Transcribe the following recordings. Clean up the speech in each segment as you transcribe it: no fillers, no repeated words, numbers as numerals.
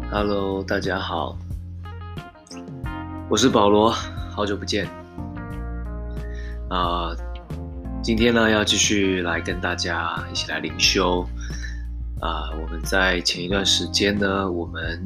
Hello，大家好，我是保罗，好久不见啊、今天呢要继续来跟大家一起来灵修我们在前一段时间呢，我们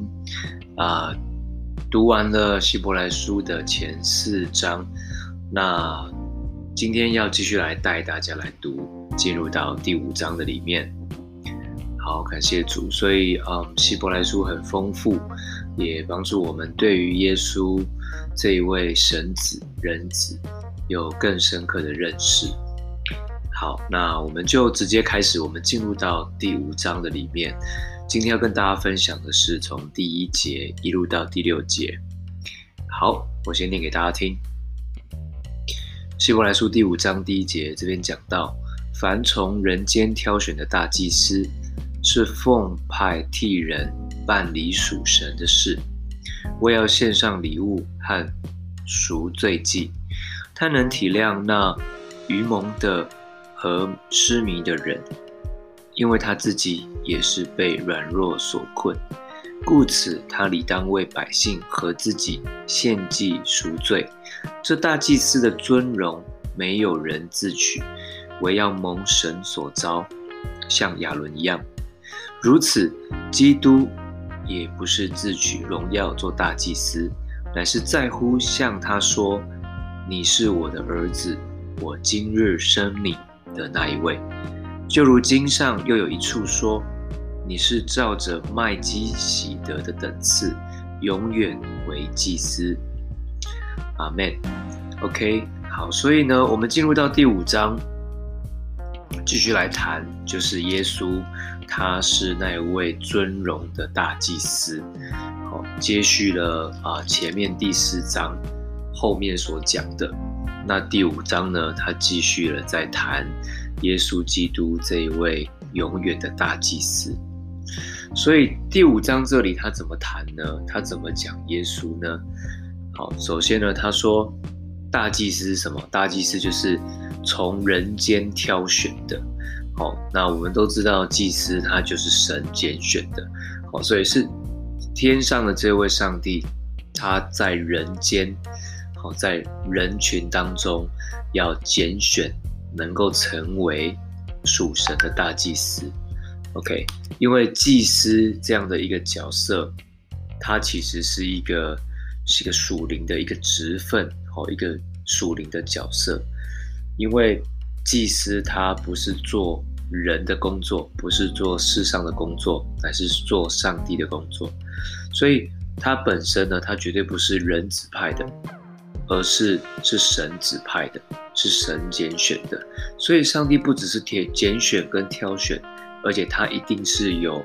读完了希伯来书的前4章，那今天要继续来带大家来读，进入到第5章的里面。好，感谢主。所以，希伯来书很丰富，也帮助我们对于耶稣这一位神子、人子有更深刻的认识。好，那我们就直接开始，我们进入到第5章的里面。今天要跟大家分享的是从第1节一路到第6节。好，我先念给大家听。希伯来书第5章第1节这边讲到，凡从人间挑选的大祭司，是奉派替人办理属神的事，为要献上礼物和赎罪祭。他能体谅那愚蒙的和痴迷的人，因为他自己也是被软弱所困，故此他理当为百姓和自己献祭赎罪。这大祭司的尊荣没有人自取，唯要蒙神所召，像亚伦一样。如此，基督也不是自取荣耀做大祭司，乃是在乎向他说：“你是我的儿子，我今日生你的那一位。”就如经上又有一处说：“你是照着麦基洗德的等次，永远为祭司。”阿们。OK， 好，所以呢，我们进入到第5章，继续来谈，就是耶稣，他是那一位尊荣的大祭司，接续了前面第4章后面所讲的。那第5章呢，他继续了在谈耶稣基督这一位永远的大祭司。所以第5章这里他怎么谈呢？他怎么讲耶稣呢？好，首先呢，他说大祭司是什么？大祭司就是从人间挑选的。好，那我们都知道祭司他就是神拣选的。好，所以是天上的这位上帝，他在人间，好，在人群当中要拣选能够成为属神的大祭司。OK， 因为祭司这样的一个角色，他其实是一个属灵的一个职分，一个属灵的角色。因为祭司他不是做人的工作，不是做世上的工作，乃是做上帝的工作，所以他本身呢，他绝对不是人指派的，而是神指派的，是神拣选的。所以上帝不只是拣选跟挑选，而且他一定是有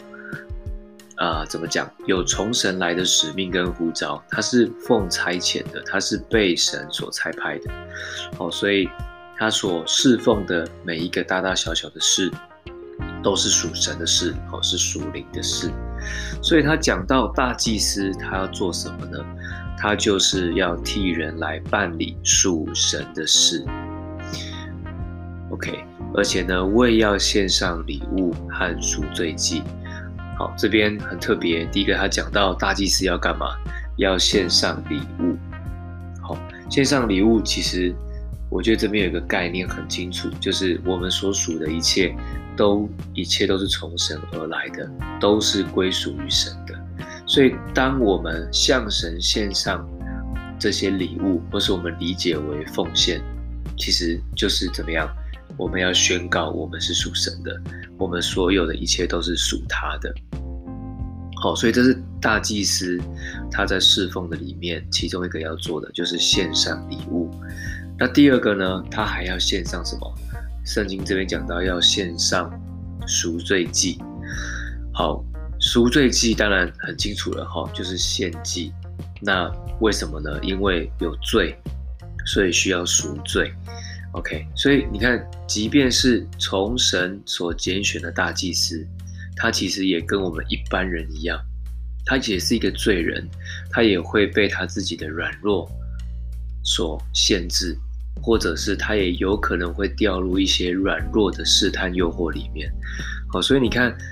有从神来的使命跟呼召，他是奉差遣的，他是被神所差派的。好，所以他所侍奉的每一个大大小小的事，都是属神的事，是属灵的事。所以他讲到大祭司，他要做什么呢？他就是要替人来办理属神的事。OK， 而且呢，为要献上礼物和赎罪祭。好，这边很特别。第一个，他讲到大祭司要干嘛？要献上礼物。好，献上礼物，其实我觉得这边有一个概念很清楚，就是我们所属的一切都是从神而来的，都是归属于神的。所以当我们向神献上这些礼物，或是我们理解为奉献，其实就是怎么样？我们要宣告我们是属神的，我们所有的一切都是属他的。好，所以这是大祭司他在侍奉的里面其中一个要做的，就是献上礼物。那第二个呢，他还要献上什么？圣经这边讲到要献上赎罪祭。好，赎罪祭当然很清楚了，就是献祭。那为什么呢？因为有罪，所以需要赎罪。OK， 所以你看，即便是从神所拣选的大祭司，他其实也跟我们一般人一样，他也是一个罪人，他也会被他自己的软弱所限制，或者是他也有可能会掉入一些软弱的试探诱惑里面。好，所以你看，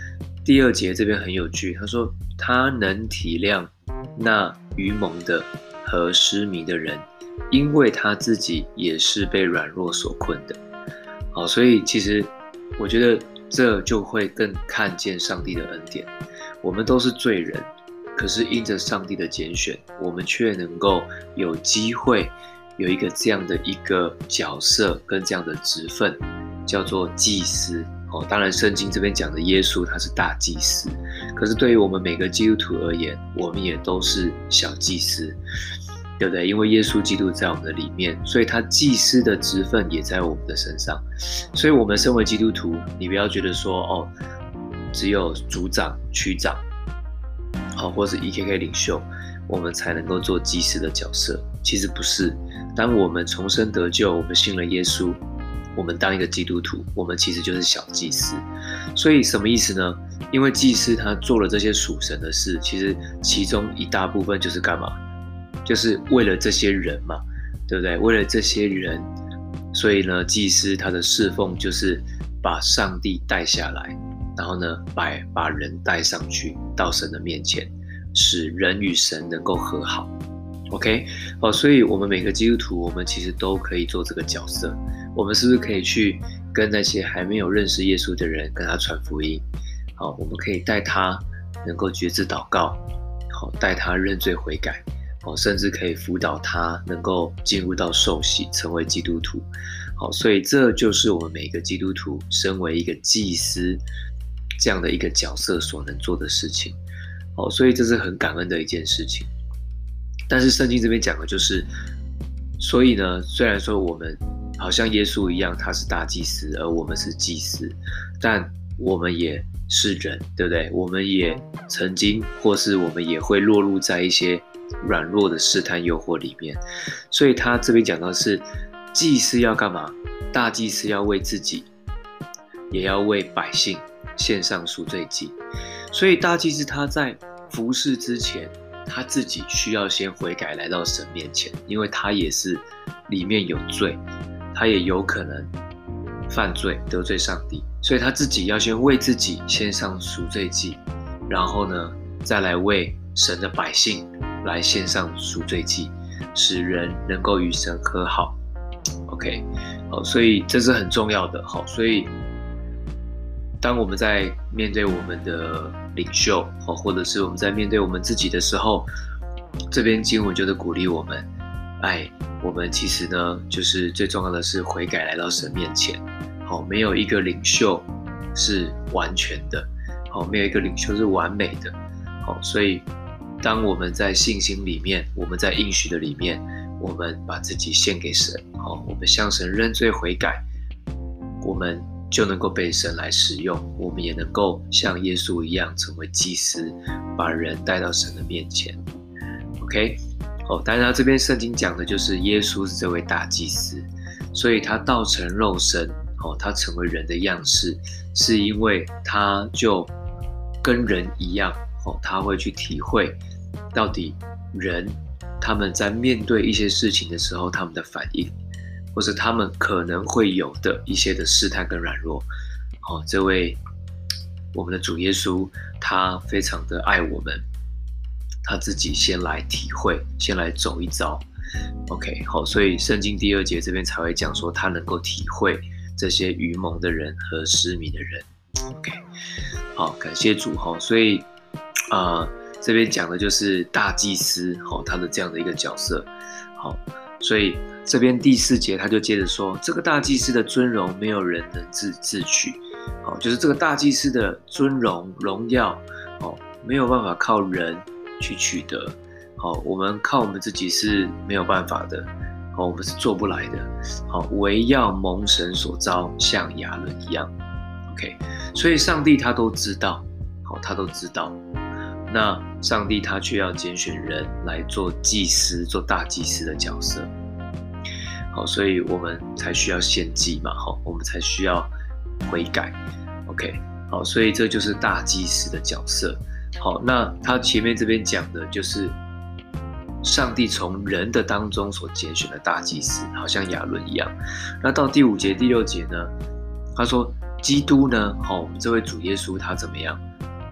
第2节这边很有趣，他说他能体谅那愚蒙的和失迷的人，因为他自己也是被软弱所困的。好，所以其实我觉得这就会更看见上帝的恩典。我们都是罪人，可是因着上帝的拣选，我们却能够有机会有一个这样的一个角色跟这样的职分，叫做祭司。当然圣经这边讲的耶稣他是大祭司，可是对于我们每个基督徒而言，我们也都是小祭司，对不对？因为耶稣基督在我们的里面，所以他祭司的职分也在我们的身上。所以我们身为基督徒，你不要觉得说只有组长、区长或是 EKK 领袖我们才能够做祭司的角色，其实不是。当我们重生得救，我们信了耶稣，我们当一个基督徒，我们其实就是小祭司。所以什么意思呢？因为祭司他做了这些属神的事，其实其中一大部分就是干嘛？就是为了这些人嘛，对不对？为了这些人，所以呢，祭司他的侍奉就是把上帝带下来，然后呢，把人带上去到神的面前，使人与神能够和好。OK， 所以我们每个基督徒，我们其实都可以做这个角色。我们是不是可以去跟那些还没有认识耶稣的人，跟他传福音？我们可以带他能够决志祷告，带他认罪悔改，甚至可以辅导他能够进入到受洗，成为基督徒。所以这就是我们每个基督徒身为一个祭司这样的一个角色所能做的事情。所以这是很感恩的一件事情。但是圣经这边讲的就是，所以呢，虽然说我们好像耶稣一样，他是大祭司，而我们是祭司，但我们也是人，对不对？我们也曾经，或是我们也会落入在一些软弱的试探诱惑里面。所以他这边讲到的是，祭司要干嘛？大祭司要为自己，也要为百姓献上赎罪祭。所以大祭司他在服事之前，他自己需要先悔改，来到神面前，因为他也是里面有罪，他也有可能犯罪得罪上帝，所以他自己要先为自己献上赎罪祭，然后呢，再来为神的百姓来献上赎罪祭，使人能够与神和好。OK， 好，所以这是很重要的。好，所以当我们在面对我们的领袖，或者是我们在面对我们自己的时候，这边经文就是鼓励我们，我们其实呢，就是最重要的是悔改来到神面前。没有一个领袖是完全的，没有一个领袖是完美的。所以当我们在信心里面，我们在应许的里面，我们把自己献给神，我们向神认罪悔改，我们就能够被神来使用，我们也能够像耶稣一样成为祭司，把人带到神的面前。OK， 当然他这边圣经讲的就是耶稣是这位大祭司，所以他道成肉身，他成为人的样式，是因为他就跟人一样，他会去体会到底人他们在面对一些事情的时候，他们的反应，或是他们可能会有的一些的试探跟软弱。这位我们的主耶稣，他非常的爱我们，他自己先来体会，先来走一遭。OK， 好，所以圣经第2节这边才会讲说，他能够体会这些愚蒙的人和失迷的人。OK， 好，感谢主。所以这边讲的就是大祭司，他的这样的一个角色。好，所以这边第4节他就接着说，这个大祭司的尊荣没有人能自取，就是这个大祭司的尊荣荣耀，没有办法靠人去取得，我们靠我们自己是没有办法的，我们是做不来的，唯要蒙神所召，像亚伦一样。OK， 所以上帝他都知道，他都知道。那上帝他却要拣选人来做祭司，做大祭司的角色。所以我们才需要献祭嘛，我们才需要悔改。OK， 好，所以这就是大祭司的角色。好，那他前面这边讲的就是上帝从人的当中所拣选的大祭司，好像亚伦一样。那到第5节、第6节呢，他说基督呢，我们这位主耶稣他怎么样？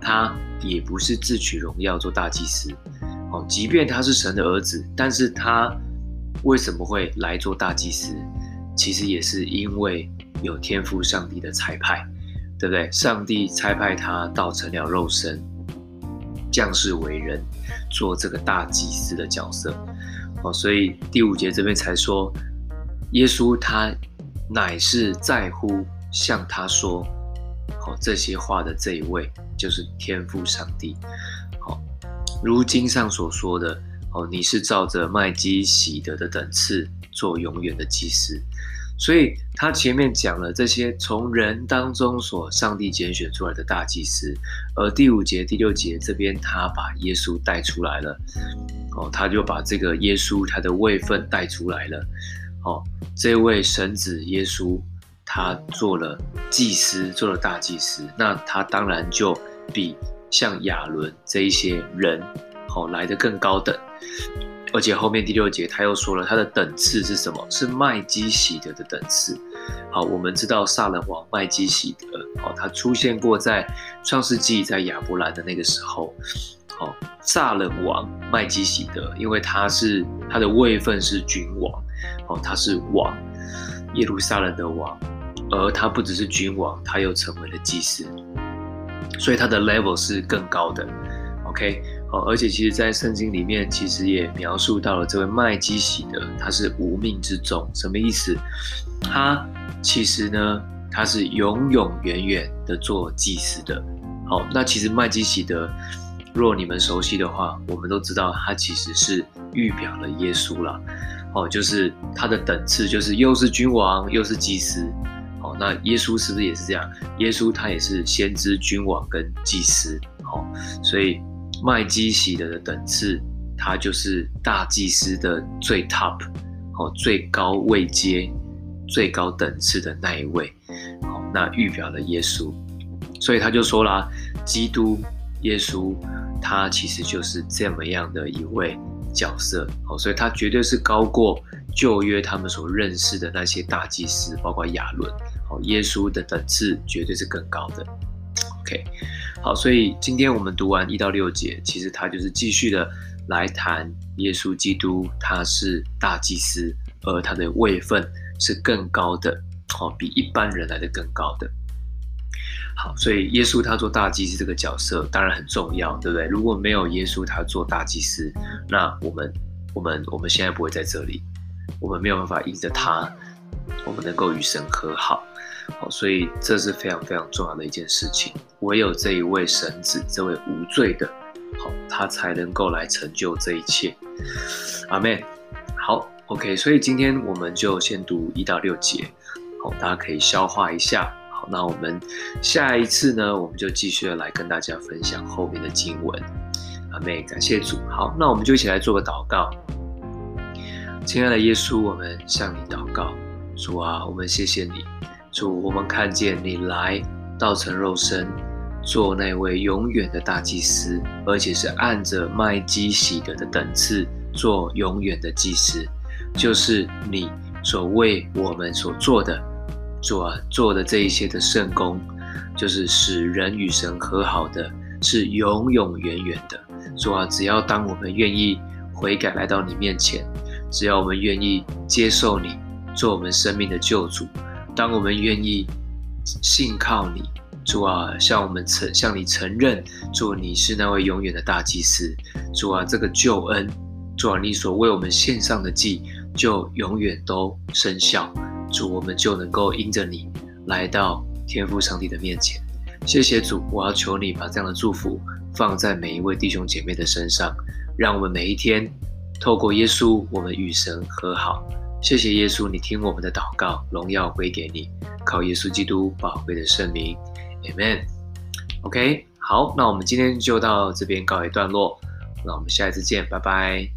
他也不是自取荣耀做大祭司。即便他是神的儿子，但是他为什么会来做大祭司？其实也是因为有天父上帝的差派，对不对？上帝差派他道成了肉身，降世为人，做这个大祭司的角色。所以第5节这边才说，耶稣他乃是在乎向他说这些话的这一位，就是天父上帝。如经上所说的，你是照着麦基洗德的等次做永远的祭司。所以他前面讲了这些从人当中所上帝拣选出来的大祭司，而第5节、第6节这边他把耶稣带出来了，他就把这个耶稣他的位分带出来了。这位神子耶稣他做了祭司，做了大祭司，那他当然就比像亚伦这一些人来得更高等。而且后面第6节他又说了他的等次是什么？是麦基洗德的等次。我们知道撒冷王麦基洗德，他出现过在创世纪，在亚伯兰的那个时候。撒冷王麦基洗德，因为他的位分是君王，他是王，耶路撒冷的王，而他不只是君王，他又成为了祭司，所以他的 level 是更高的。OK。而且其实在圣经里面其实也描述到了这位麦基洗德，他是无命之中。什么意思？他其实呢，他是永永远远的做祭司的。那其实麦基洗德，若你们熟悉的话，我们都知道他其实是预表了耶稣啦。就是他的等次就是又是君王又是祭司。那耶稣是不是也是这样？耶稣他也是先知、君王跟祭司。所以麦基洗德的等次，他就是大祭司的最 top， 最高位阶、最高等次的那一位。那预表了耶稣，所以他就说啦，基督耶稣他其实就是这么样的一位角色。所以他绝对是高过旧约他们所认识的那些大祭司，包括亚伦。耶稣的等次绝对是更高的。OK， 好，所以今天我们读完1到6节，其实他就是继续的来谈耶稣基督，他是大祭司，而他的位分是更高的，比一般人来的更高的。好，所以耶稣他做大祭司这个角色当然很重要，对不对？如果没有耶稣他做大祭司，那我们现在不会在这里，我们没有办法因着他，我们能够与神和好。所以这是非常非常重要的一件事情，唯有这一位神子，这位无罪的，他才能够来成就这一切。阿们。好 ，OK， 所以今天我们就先读1到6节，大家可以消化一下。好，那我们下一次呢，我们就继续的来跟大家分享后面的经文。阿们，感谢主。好，那我们就一起来做个祷告。亲爱的耶稣，我们向你祷告，主啊，我们谢谢你。主，我们看见你来道成肉身，做那位永远的大祭司，而且是按着麦基洗德的等次做永远的祭司，就是你所为我们所做的。主啊，做的这一些的圣工，就是使人与神和好的，是永永远远的。主啊，只要当我们愿意悔改来到你面前，只要我们愿意接受你做我们生命的救主，当我们愿意信靠你，主啊，向你承认，主你是那位永远的大祭司，主啊，这个救恩，主啊，你所为我们献上的祭，就永远都生效。主，我们就能够因着你来到天父上帝的面前。谢谢主，我要求你把这样的祝福放在每一位弟兄姐妹的身上，让我们每一天透过耶稣，我们与神和好。谢谢耶稣，你听我们的祷告，荣耀归给你，靠耶稣基督宝贵的圣名 Amen。 OK， 好，那我们今天就到这边告一段落，那我们下一次见，拜拜。